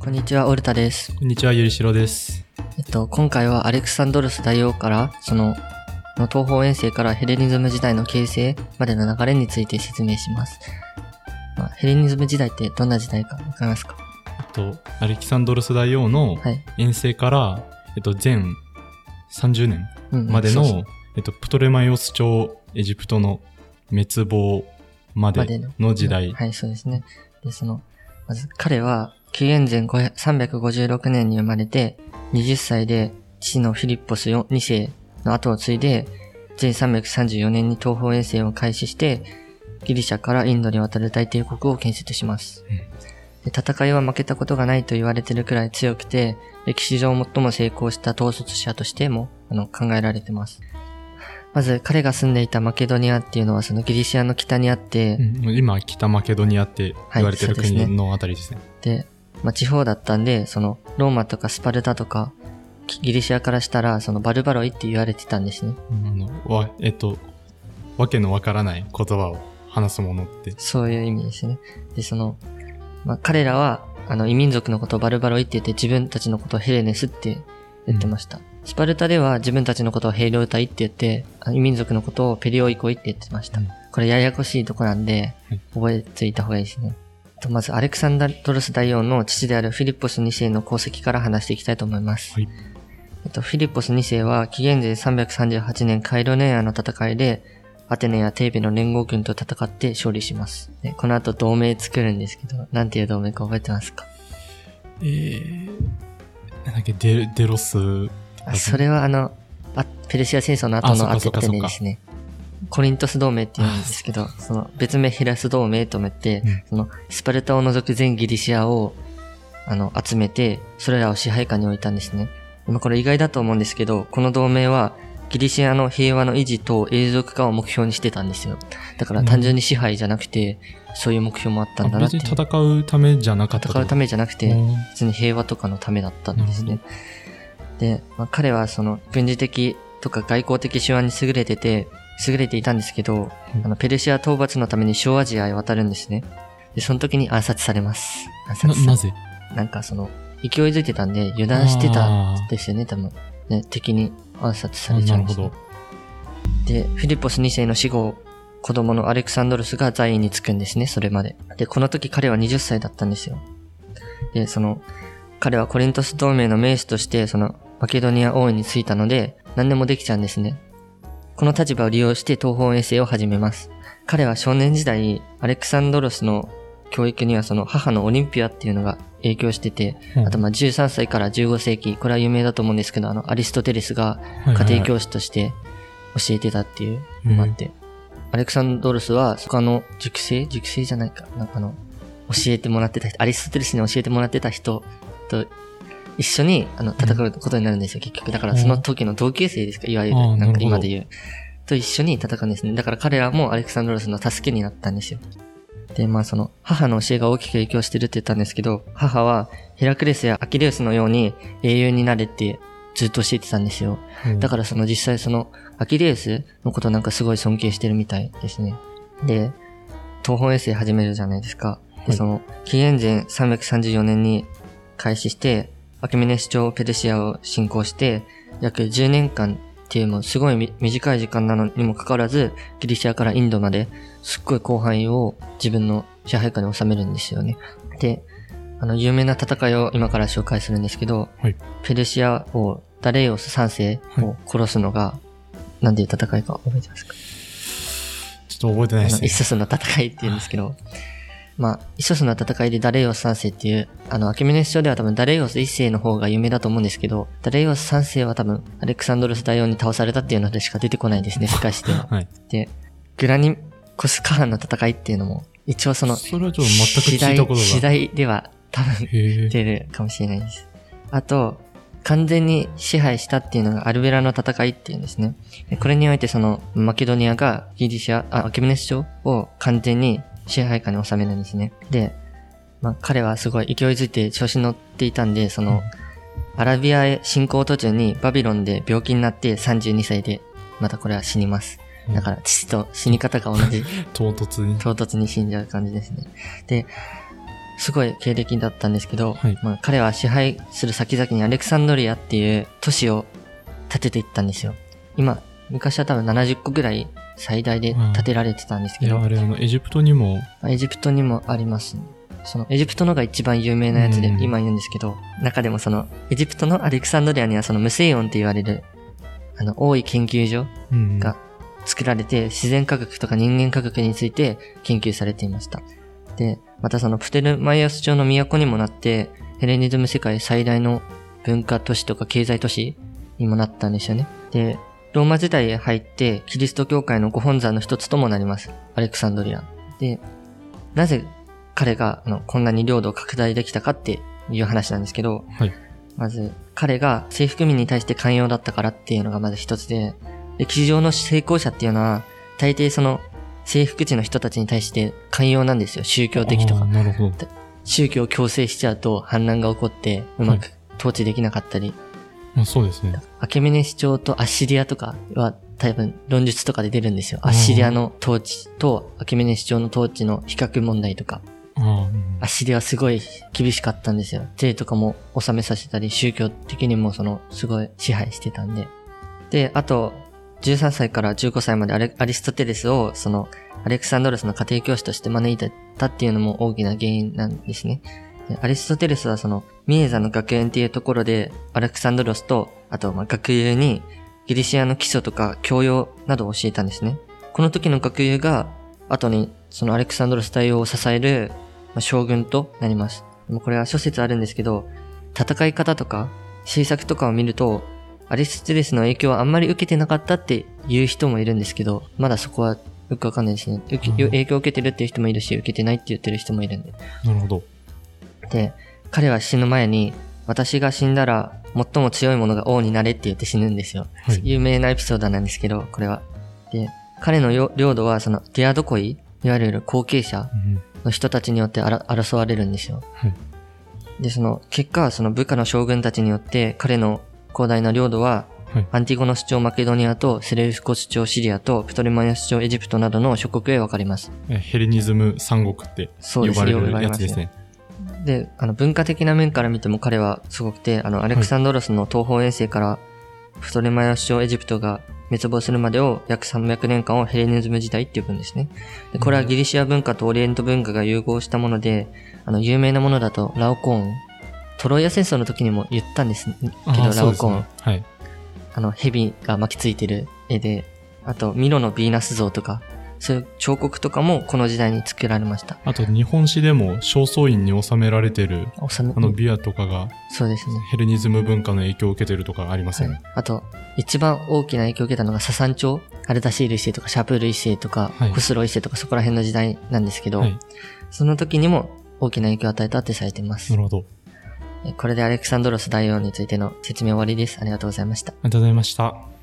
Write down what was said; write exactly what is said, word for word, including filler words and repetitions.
こんにちは、オルタです。 こんにちは、ゆりしろです。 えっと、今回はアレクサンドロス大王から、その、の東方遠征からヘレニズム時代の形成までの流れについて説明します。まあ、ヘレニズム時代ってどんな時代かわかりますか？ えっと、アレキサンドロス大王の遠征から、はい、えっと、前さんじゅうねんまでの、うんうん、えっと、プトレマイオス朝エジプトの滅亡までの時代。 はい、そうですね。で、その、まず彼は、紀元前さんびゃくごじゅうろくねんに生まれて、はたちで父のフィリッポスに世の後を継いで、ぜんさんびゃくさんじゅうよねんに東方遠征を開始して、ギリシャからインドに渡る大帝国を建設します。うん、で戦いは負けたことがないと言われているくらい強くて、歴史上最も成功した統率者としてもあの考えられています。まず彼が住んでいたマケドニアっていうのはそのギリシアの北にあって、 うん、今北マケドニアって言われてる国のあたりですね。 で、まあ、地方だったんで、そのローマとかスパルタとかギリシアからしたらそのバルバロイって言われてたんですね。 うん、あのわえっとわけのわからない言葉を話すものってそういう意味ですね。でその、まあ、彼らはあの異民族のことをバルバロイって言って自分たちのことをヘレネスって言ってました。うん、スパルタでは自分たちのことをヘイロウタイって言って、異民族のことをペリオイコイって言ってました。うん、これややこしいとこなんで、はい、覚えていた方がいいですね。とまずアレクサンドロス大王の父であるフィリッポスに世の功績から話していきたいと思います。はい、えっと、フィリッポスに世は紀元前さんびゃくさんじゅうはちねんカイロネアの戦いでアテネやテーベの連合軍と戦って勝利します。でこの後同盟作るんですけど、なんていう同盟か覚えてますか？ えー、なんだっけ、デ、デロス。 あ、それはあの、あペルシア戦争の後のアテネですね。コリントス同盟って言うんですけど、その別名ヘラス同盟とめって、うん、そのスパルタを除く全ギリシアをあの集めて、それらを支配下に置いたんですね。今これ意外だと思うんですけど、この同盟はギリシアの平和の維持と永続化を目標にしてたんですよ。だから単純に支配じゃなくて、うん、そういう目標もあったんだなって。 別に戦うためじゃなかった。 戦うためじゃなくて、別に平和とかのためだったんですね。で、まあ、彼はその軍事的とか外交的手腕に優れてて、優れていたんですけど、うん、あのペルシア討伐のために小アジアへ渡るんですね。で、その時に暗殺されます。暗殺されな、なぜ？ なんかその、勢いづいてたんで油断してたんですよね、多分。ね、敵に暗殺されちゃうんです、ね。なるほど。で、フィリッポスに世の死後、子供のアレクサンドロスが在位につくんですね、それまで。で、この時彼ははたちだったんですよ。で、その、彼はコリントス同盟の盟主として、その、マケドニア王位についたので、何でもできちゃうんですね。この立場を利用して東方遠征を始めます。彼は少年時代、アレクサンドロスの教育にはその母のオリンピアっていうのが影響してて、うん、あとまあじゅうさんさいからじゅうごせいき、これは有名だと思うんですけど、あのアリストテレスが家庭教師として教えてたっていうのがあって、はいはいはい、アレクサンドロスは他の塾生塾生じゃないか、なんかあの、教えてもらってた人、アリストテレスに教えてもらってた人と一緒にあの戦うことになるんですよ、結局。だからその時の同級生ですか、いわゆる、なんか今で言う。と一緒に戦うんですね。だから彼らもアレクサンドロスの助けになったんですよ。で、まあその、母の教えが大きく影響してるって言ったんですけど、母はヘラクレスやアキレウスのように英雄になれってずっと教えてたんですよ。うん、だからその実際その、アキレウスのことなんかすごい尊敬してるみたいですね。で、東方遠征始めるじゃないですか。で、その、紀元前さんびゃくさんじゅうよねんに開始して、アケメネス朝ペルシアを侵攻して、約じゅうねんかんっていうもすごい短い時間なのにもかかわらず、ギリシアからインドまですっごい広範囲を自分の支配下に収めるんですよね。で、あの、有名な戦いを今から紹介するんですけど、はい、ペルシア王ダレイオスさんせいを殺すのが、はい、なんていう戦いか覚えてますか？ ちょっと覚えてないですね。 イッソスの戦いって言うんですけど、まあ、イッソスの戦いでダレイオスさんせいっていう、あの、アケメネス朝では多分ダレイオスいっせいの方が有名だと思うんですけど、ダレイオスさんせいは多分アレクサンドロス大王に倒されたっていうのでしか出てこないですね、世界史では。はい、で、グラニコスカハンの戦いっていうのも、一応その、 それはちょっと全く聞いたことが。 次第では多分出るかもしれないです。あと、完全に支配したっていうのがアルベラの戦いっていうんですね。これにおいてその、マケドニアがギリシア、あ、アケメネス朝を完全に支配下に収めるんですね。で、まあ、彼はすごい勢いづいて調子に乗っていたんで、その、アラビアへ侵攻途中にバビロンで病気になってさんじゅうにさいで、またこれは死にます。だから父と死に方が同じ。 唐突に。 唐突に死んじゃう感じですね。で、 すごい経歴だったんですけど、 はい、 まあ、彼は支配する先々にアレクサンドリアっていう都市を建てていったんですよ。今、昔は多分ななじゅっこぐらい最大で建てられてたんですけど。 いや、あれあの、エジプトにも。 エジプトにもありますね。その、エジプトのが一番有名なやつで今言うんですけど、中でもその、エジプトのアレクサンドリアにはその無水温って言われる、あの、多い研究所が作られて、自然科学とか人間科学について研究されていました。で、またそのプテルマイアス朝の都にもなって、ヘレニズム世界最大の文化都市とか経済都市にもなったんですよね。で、ローマ時代へ入ってキリスト教会のご本山の一つともなります。アレクサンドリア。で、なぜ彼があのこんなに領土を拡大できたかっていう話なんですけど、 はい、 まず彼が征服民に対して寛容だったからっていうのがまず一つで、歴史上の成功者っていうのは大抵その征服地の人たちに対して寛容なんですよ。宗教的とか。 なるほど。 宗教を強制しちゃうと反乱が起こってうまく統治できなかったり、はい、 まあ、そうですね。 アケメネス朝とアッシリアとかは多分論述とかで出るんですよ。アッシリアの統治とアケメネス朝の統治の比較問題とか。 あ、うん、 アッシリアはすごい厳しかったんですよ。税とかも納めさせたり、宗教的にもそのすごい支配してたんで。で、あとじゅうさんさいからじゅうごさいまでアレアリストテレスをそのアレクサンドロスの家庭教師として招いてたっていうのも大きな原因なんですね。アリストテレスはそのミエザの学園っていうところでアレクサンドロスとあとまあ学友にギリシアの基礎とか教養などを教えたんですね。この時の学友が後にそのアレクサンドロス大王を支える将軍となります。でもこれは諸説あるんですけど、戦い方とか政策とかを見るとアリストテレスの影響はあんまり受けてなかったっていう人もいるんですけど、まだそこはよくわかんないですね。受け影響を受けてるっていう人もいるし、受けてないって言ってる人もいるんで。 なるほど。 で、彼は死ぬ前に、私が死んだら最も強い者が王になれって言って死ぬんですよ。はい、有名なエピソードなんですけど、これは。で、彼の領土はそのディアドコイ、いわゆる後継者の人たちによって争われるんですよ。 はい、 で、その結果、その部下の将軍たちによって彼の広大な領土は、はい、アンティゴノス朝マケドニアとセレウスコス朝シリアとプトレマイアス朝エジプトなどの諸国へ分かれます。 ヘレニズム三国って呼ばれるやつですね。 で、あの文化的な面から見ても彼はすごくて、あのアレクサンドロスの東方遠征からプトレマイアス朝エジプトが滅亡するまでを約さんびゃくねんかんをヘレニズム時代って呼ぶんですね。で、これはギリシア文化とオリエント文化が融合したもので、あの有名なものだとラオコーン、トロイア戦争の時にも言ったんですけど、ラオコーン。 はい。 あの、蛇が巻きついてる絵で、あと、ミロのヴィーナス像とか、そういう彫刻とかもこの時代に作られました。 あと、日本史でも正倉院に収められてる、あの、ビアとかが、 そうですね。 ヘレニズム文化の影響を受けてるとかありますよね。はい、 あと、一番大きな影響を受けたのがササン朝、アルタシール一世とかシャプール一世とか、はい、ホスロ一世とかそこら辺の時代なんですけど、はい、その時にも大きな影響を与えたってされています。 なるほど。 これでアレクサンドロス大王についての説明終わりです。ありがとうございました。 ありがとうございました。